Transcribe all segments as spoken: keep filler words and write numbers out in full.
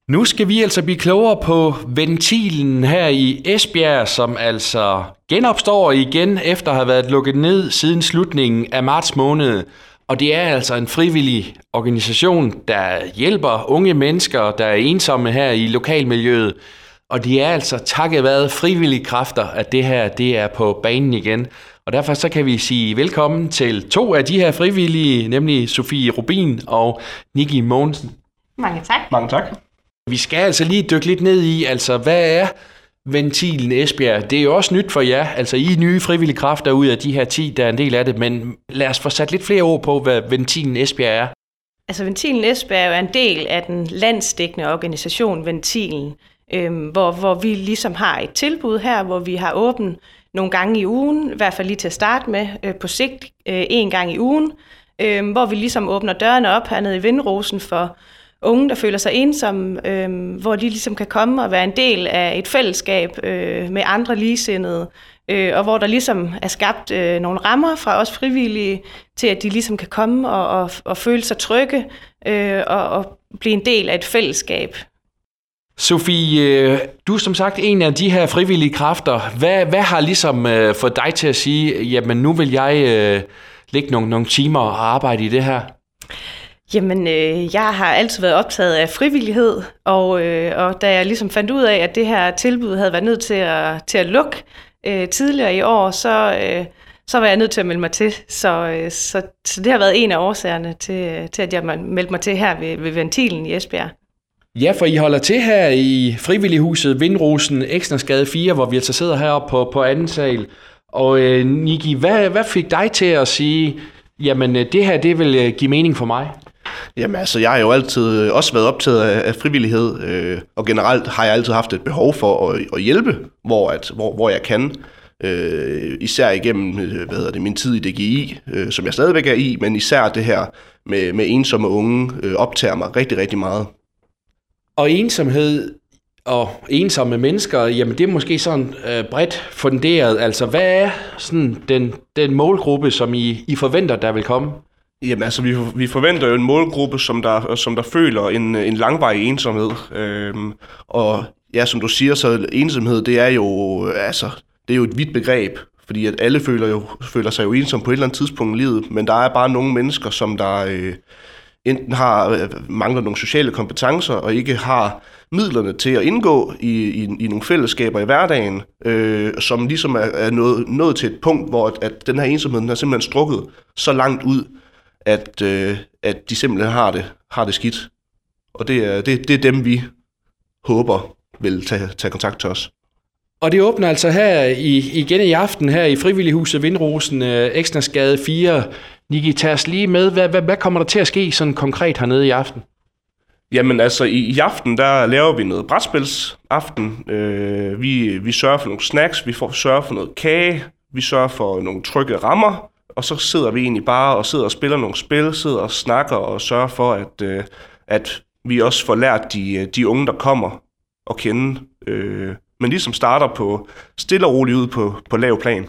Nu skal vi altså blive klogere på ventilen her i Esbjerg, som altså genopstår igen efter at have været lukket ned siden slutningen af marts måned. Og det er altså en frivillig organisation, der hjælper unge mennesker, der er ensomme her i lokalmiljøet. Og det er altså takket være frivillige kræfter, at det her det er på banen igen. Og derfor så kan vi sige velkommen til to af de her frivillige, nemlig Sofie Rubin og Nikki Mogensen. Mange tak. Mange tak. Vi skal altså lige dykke lidt ned i, altså hvad er Ventilen Esbjerg? Det er jo også nyt for jer, altså I er nye frivillige kræfter ud af de her ti, der er en del af det, men lad os få sat lidt flere ord på, hvad Ventilen Esbjerg er. Altså Ventilen Esbjerg er en del af den landsdækkende organisation Ventilen, øhm, hvor, hvor vi ligesom har et tilbud her, hvor vi har åbent nogle gange i ugen, i hvert fald lige til at starte med, øh, på sigt øh, en gang i ugen, øh, hvor vi ligesom åbner dørene op hernede i Vindrosen for unge, der føler sig ensomme, øh, hvor de ligesom kan komme og være en del af et fællesskab øh, med andre ligesindede, øh, og hvor der ligesom er skabt øh, nogle rammer fra os frivillige, til at de ligesom kan komme og, og, og føle sig trygge øh, og, og blive en del af et fællesskab. Sofie, du er som sagt en af de her frivillige kræfter. Hvad, hvad har ligesom øh, fået dig til at sige, jamen nu vil jeg øh, lægge nogle, nogle timer og arbejde i det her? Jamen, øh, jeg har altid været optaget af frivillighed, og, øh, og da jeg ligesom fandt ud af, at det her tilbud havde været nødt til at, til at lukke øh, tidligere i år, så, øh, så var jeg nødt til at melde mig til. Så, øh, så, så det har været en af årsagerne til, til at jeg meldte mig til her ved, ved Ventilen i Esbjerg. Ja, for I holder til her i frivillighuset Vindrosen, Eksnersgade fire, hvor vi altså sidder heroppe på, på anden sal. Og øh, Nikki, hvad, hvad fik dig til at sige, jamen det her, det vil give mening for mig? Jamen altså, jeg har jo altid også været optaget af, af frivillighed, øh, og generelt har jeg altid haft et behov for at, at hjælpe, hvor, at, hvor, hvor jeg kan. Øh, især igennem hvad hedder det, min tid i D G I, øh, som jeg stadigvæk er i, men især det her med, med ensomme unge øh, optager mig rigtig, rigtig meget. Og ensomhed og ensomme mennesker, jamen det er måske sådan øh, bredt funderet. Altså hvad er sådan den, den målgruppe, som I, I forventer, der vil komme? Jamen altså, vi, vi forventer jo en målgruppe, som der, som der føler en, en langvarig ensomhed. Øhm, og ja, som du siger, så ensomhed, det er jo, altså, det er jo et vidt begreb, fordi at alle føler, jo, føler sig jo ensom på et eller andet tidspunkt i livet, men der er bare nogle mennesker, som der øh, enten har, øh, mangler nogle sociale kompetencer, og ikke har midlerne til at indgå i, i, i nogle fællesskaber i hverdagen, øh, som ligesom er, er nået, nået til et punkt, hvor at, at den her ensomhed den er simpelthen strukket så langt ud, at, øh, at de simpelthen har det, har det skidt. Og det er, det, det er dem, vi håber vil tage, tage kontakt til os. Og det åbner altså her i, igen i aften her i frivillighuset Vindrosen, øh, Eksnersgade fire. Nikki, tag os lige med. Hvad, hvad, hvad kommer der til at ske sådan konkret hernede i aften? Jamen altså, i, i aften, der laver vi noget brætspilsaften. Øh, vi, vi sørger for nogle snacks, vi får, sørger for noget kage, vi sørger for nogle trygge rammer, og så sidder vi egentlig bare og sidder og spiller nogle spil, sidder og snakker og sørger for, at, øh, at vi også får lært de, de unge, der kommer at kende. Øh, men ligesom starter på stille og roligt ud på, på lav plan.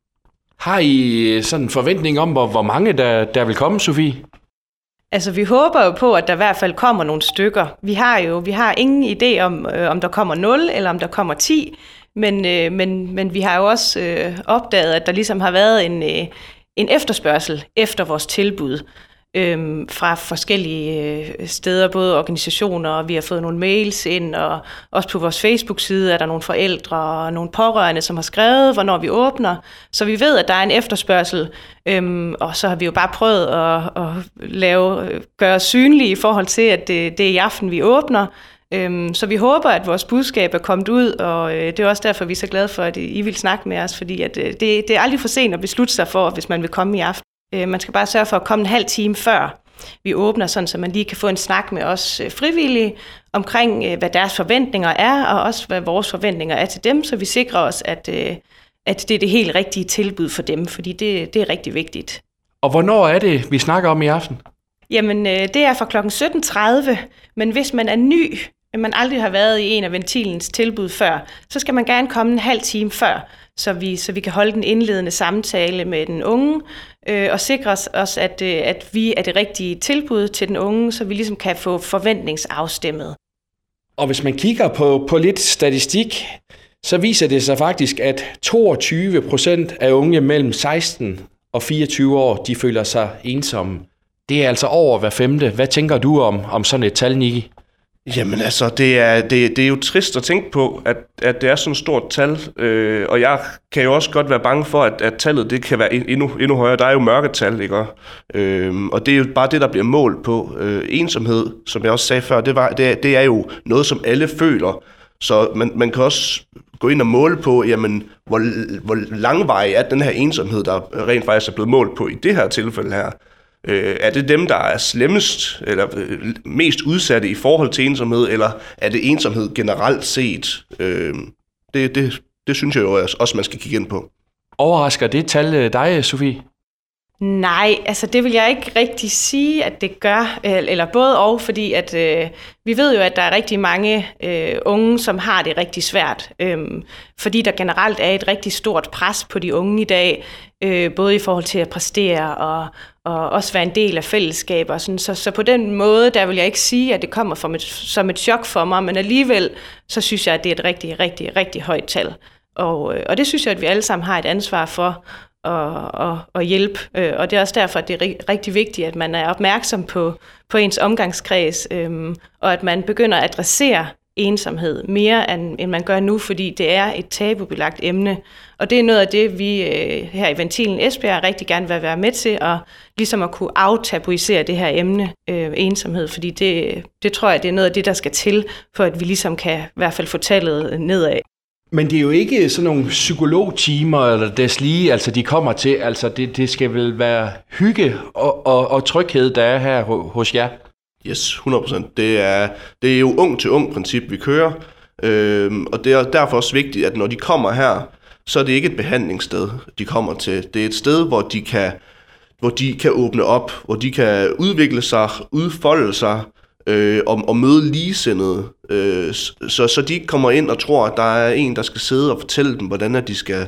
Har I sådan en forventning om, hvor, hvor mange der, der vil komme, Sofie? Altså, vi håber jo på, at der i hvert fald kommer nogle stykker. Vi har jo vi har ingen idé om, øh, om der kommer nul, eller om der kommer ti, men, øh, men, men vi har jo også øh, opdaget, at der ligesom har været en, øh, en efterspørgsel efter vores tilbud øh, fra forskellige øh, steder, både organisationer, og vi har fået nogle mails ind, og også på vores Facebook-side er der nogle forældre og nogle pårørende, som har skrevet, hvornår vi åbner. Så vi ved, at der er en efterspørgsel, øhm, og så har vi jo bare prøvet at, at lave, gøre os synlige i forhold til, at det, det er i aften, vi åbner. Øhm, så vi håber, at vores budskab er kommet ud, og øh, det er også derfor, vi er så glade for, at I vil snakke med os, fordi at, øh, det, det er aldrig for sent at beslutte sig for, hvis man vil komme i aften. Øh, man skal bare sørge for at komme en halv time før vi åbner, sådan, så man lige kan få en snak med os øh, frivillige omkring, øh, hvad deres forventninger er, og også hvad vores forventninger er til dem, så vi sikrer os, at, øh, at det er det helt rigtige tilbud for dem, fordi det, det er rigtig vigtigt. Og hvornår er det, vi snakker om i aften? Jamen, øh, det er fra klokken sytten tredive, men hvis man er ny, man aldrig har været i en af Ventilens tilbud før, så skal man gerne komme en halv time før, så vi, så vi kan holde den indledende samtale med den unge, øh, og sikre os, at, øh, at vi er det rigtige tilbud til den unge, så vi ligesom kan få forventningsafstemmet. Og hvis man kigger på, på lidt statistik, så viser det sig faktisk, at toogtyve procent af unge mellem seksten og fireogtyve år, de føler sig ensomme. Det er altså over hver femte. Hvad tænker du om, om sådan et tal, Niki? Jamen altså, det er, det, det er jo trist at tænke på, at, at det er sådan et stort tal, øh, og jeg kan jo også godt være bange for, at, at tallet det kan være endnu, endnu højere. Der er jo mørketal, ikke? Øh, og det er jo bare det, der bliver målt på. Øh, ensomhed, som jeg også sagde før, det, var, det, det er jo noget, som alle føler. Så man, man kan også gå ind og måle på, jamen, hvor, hvor langvarig er den her ensomhed, der rent faktisk er blevet målt på i det her tilfælde her. Øh, er det dem, der er slemmest eller øh, mest udsatte i forhold til ensomhed, eller er det ensomhed generelt set? Øh, det, det, det synes jeg jo også, man skal kigge ind på. Overrasker det tal dig, Sofie? Nej, altså det vil jeg ikke rigtig sige, at det gør, eller både og, fordi at øh, vi ved jo, at der er rigtig mange øh, unge, som har det rigtig svært, øh, fordi der generelt er et rigtig stort pres på de unge i dag, øh, både i forhold til at præstere og, og også være en del af fællesskaber. Sådan. Så, så på den måde, der vil jeg ikke sige, at det kommer som et, som et chok for mig, men alligevel, så synes jeg, at det er et rigtig, rigtig, rigtig højt tal. Og, og det synes jeg, at vi alle sammen har et ansvar for, Og, og, og hjælpe. Og det er også derfor, at det er rigtig vigtigt, at man er opmærksom på, på ens omgangskreds, øhm, og at man begynder at adressere ensomhed mere, end, end man gør nu, fordi det er et tabubelagt emne. Og det er noget af det, vi øh, her i Ventilen Esbjerg rigtig gerne vil være med til, og ligesom at kunne aftabuisere det her emne, øh, ensomhed, fordi det, det tror jeg, det er noget af det, der skal til, for at vi ligesom kan i hvert fald få tallet nedad. Men det er jo ikke sådan nogle psykologtimer eller deslige, altså de kommer til, altså det, det skal vel være hygge og, og, og tryghed, der er her hos jer? Yes, hundrede procent. Det er, det er jo ung til ung princip, vi kører, øhm, og det er derfor også vigtigt, at når de kommer her, så er det ikke et behandlingssted, de kommer til. Det er et sted, hvor de kan, hvor de kan åbne op, hvor de kan udvikle sig, udfolde sig, Øh, og, og møde ligesindede, øh, så, så de ikke kommer ind og tror, at der er en, der skal sidde og fortælle dem, hvordan at de skal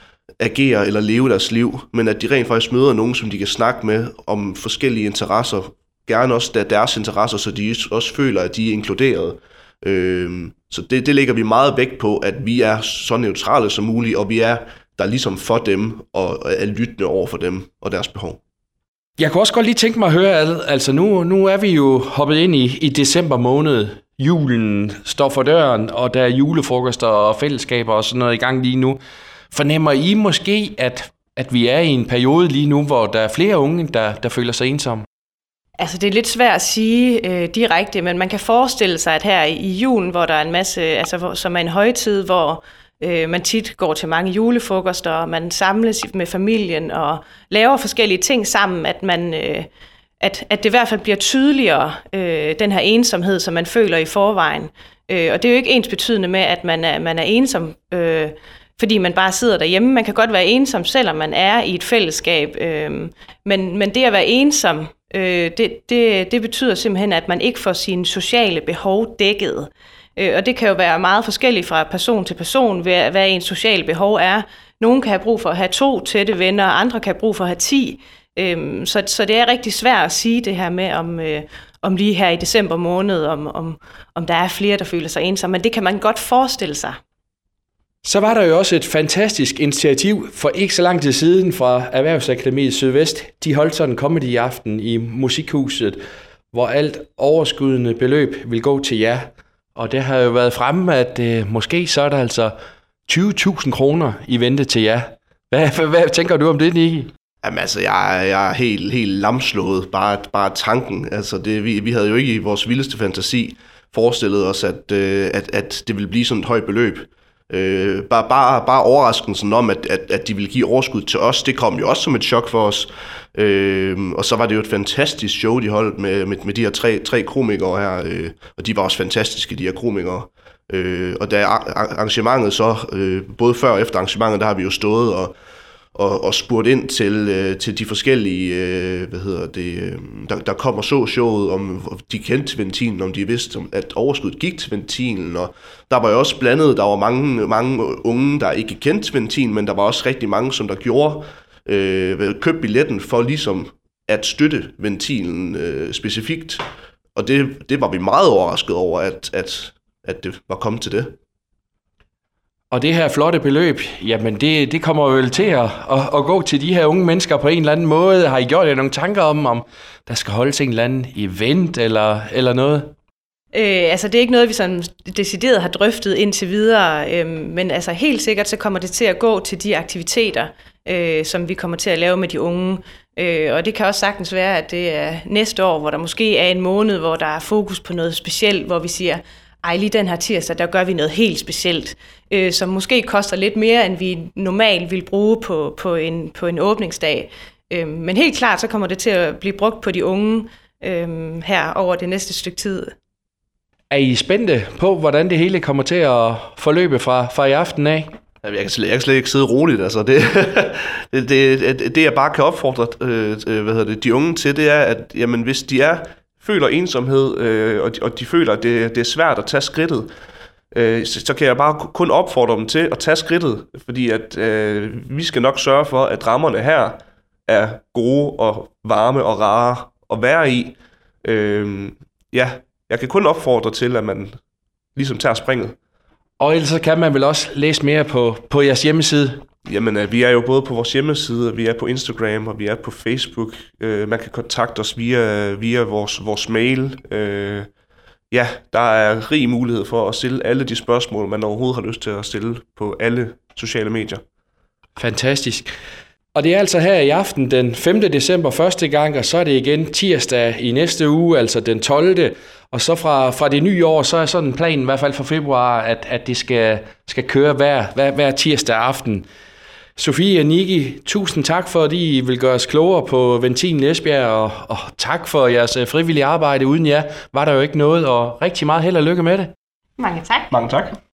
agere eller leve deres liv, men at de rent faktisk møder nogen, som de kan snakke med om forskellige interesser, gerne også deres interesser, så de også føler, at de er inkluderet. Øh, så det, det lægger vi meget vægt på, at vi er så neutrale som muligt, og vi er der ligesom for dem, og er lyttende over for dem og deres behov. Jeg kunne også godt lige tænke mig at høre, altså nu, nu er vi jo hoppet ind i, i december måned. Julen står for døren, og der er julefrokoster og fællesskaber og sådan noget i gang lige nu. Fornemmer I måske, at, at vi er i en periode lige nu, hvor der er flere unge, der, der føler sig ensomme? Altså det er lidt svært at sige øh, direkte, men man kan forestille sig, at her i julen, hvor der er en masse, altså hvor, som er en højtid, hvor øh, man tit går til mange julefrokoster, og man samles med familien og laver forskellige ting sammen, at man øh, at, at det i hvert fald bliver tydeligere, øh, den her ensomhed, som man føler i forvejen. Øh, og det er jo ikke ensbetydende med, at man er, man er ensom, øh, fordi man bare sidder derhjemme. Man kan godt være ensom, selvom man er i et fællesskab. Øh, men, men det at være ensom, øh, det, det, det betyder simpelthen, at man ikke får sine sociale behov dækket. Øh, og det kan jo være meget forskelligt fra person til person, hvad, hvad ens sociale behov er. Nogle kan have brug for at have to tætte venner, andre kan have brug for at have ti. Øhm, så, så det er rigtig svært at sige det her med, om, øh, om lige her i december måned, om, om, om der er flere, der føler sig ensomme, men det kan man godt forestille sig. Så var der jo også et fantastisk initiativ for ikke så lang tid siden fra Erhvervsakademiet Sydvest. De holdt sådan en comedy-aften i Musikhuset, hvor alt overskydende beløb vil gå til jer. Og det har jo været fremme, at øh, måske så er der altså tyve tusind kroner i vente til jer. Hvad, hvad, hvad tænker du om det, Niki? Jamen altså, jeg, jeg er helt, helt lamslået, bare, bare tanken. Altså, det, vi, vi havde jo ikke i vores vildeste fantasi forestillet os, at, øh, at, at det ville blive sådan et højt beløb. Øh, bare, bare, bare overraskelsen om, at, at, at de ville give overskud til os, det kom jo også som et chok for os. Øh, og så var det jo et fantastisk show, de holdt med, med, med de her tre, tre komikere her, øh, og de var også fantastiske, de her komikere. Øh, og da arrangementet så, øh, både før og efter arrangementet, der har vi jo stået og Og, og spurgt ind til, øh, til de forskellige, øh, hvad hedder det, øh, der, der kom og så showet, om de kendte ventilen, om de vidste, at overskuddet gik til ventilen, og der var jo også blandet, der var mange, mange unge, der ikke kendte ventilen, men der var også rigtig mange, som der gjorde, øh, købte billetten for ligesom at støtte ventilen øh, specifikt, og det, det var vi meget overrasket over, at, at at det var kommet til det. Og det her flotte beløb, jamen det, det kommer vel til at, at, at gå til de her unge mennesker på en eller anden måde. Har I gjort jer nogle tanker om, om der skal holdes en eller anden event eller, eller noget? Øh, altså det er ikke noget, vi sådan decideret har drøftet indtil videre, øh, men altså helt sikkert så kommer det til at gå til de aktiviteter, øh, som vi kommer til at lave med de unge. Øh, og det kan også sagtens være, at det er næste år, hvor der måske er en måned, hvor der er fokus på noget specielt, hvor vi siger, ej lige den her tirsdag, der gør vi noget helt specielt, øh, som måske koster lidt mere, end vi normalt vil bruge på, på, en, på en åbningsdag. Øh, men helt klart, så kommer det til at blive brugt på de unge øh, her over det næste stykke tid. Er I spændte på, hvordan det hele kommer til at forløbe fra, fra i aften af? Jeg kan, slet, jeg kan slet ikke sidde roligt. Altså det, det, det, det, jeg bare kan opfordre øh, hvad hedder det, de unge til, det er, at jamen, hvis de er, føler ensomhed, øh, og, de, og de føler, at det, det er svært at tage skridtet, øh, så, så kan jeg bare kun opfordre dem til at tage skridtet, fordi at, øh, vi skal nok sørge for, at rammerne her er gode og varme og rare at være i. Øh, ja, jeg kan kun opfordre til, at man ligesom tager springet. Og ellers kan man vel også læse mere på, på jeres hjemmeside? Jamen, vi er jo både på vores hjemmeside, vi er på Instagram, og vi er på Facebook. Uh, man kan kontakte os via, via vores, vores mail. Uh, ja, der er rig mulighed for at stille alle de spørgsmål, man overhovedet har lyst til at stille på alle sociale medier. Fantastisk. Og det er altså her i aften den femte december første gang, og så er det igen tirsdag i næste uge, altså den tolvte Og så fra, fra det nye år, så er sådan en plan, i hvert fald for februar, at, at det skal, skal køre hver, hver, hver tirsdag aften. Sofie og Niki, tusind tak, fordi I vil gøre os klogere på Ventilen Esbjerg, og, og tak for jeres frivillige arbejde. Uden jer var der jo ikke noget, og rigtig meget held og lykke med det. Mange tak. Mange tak.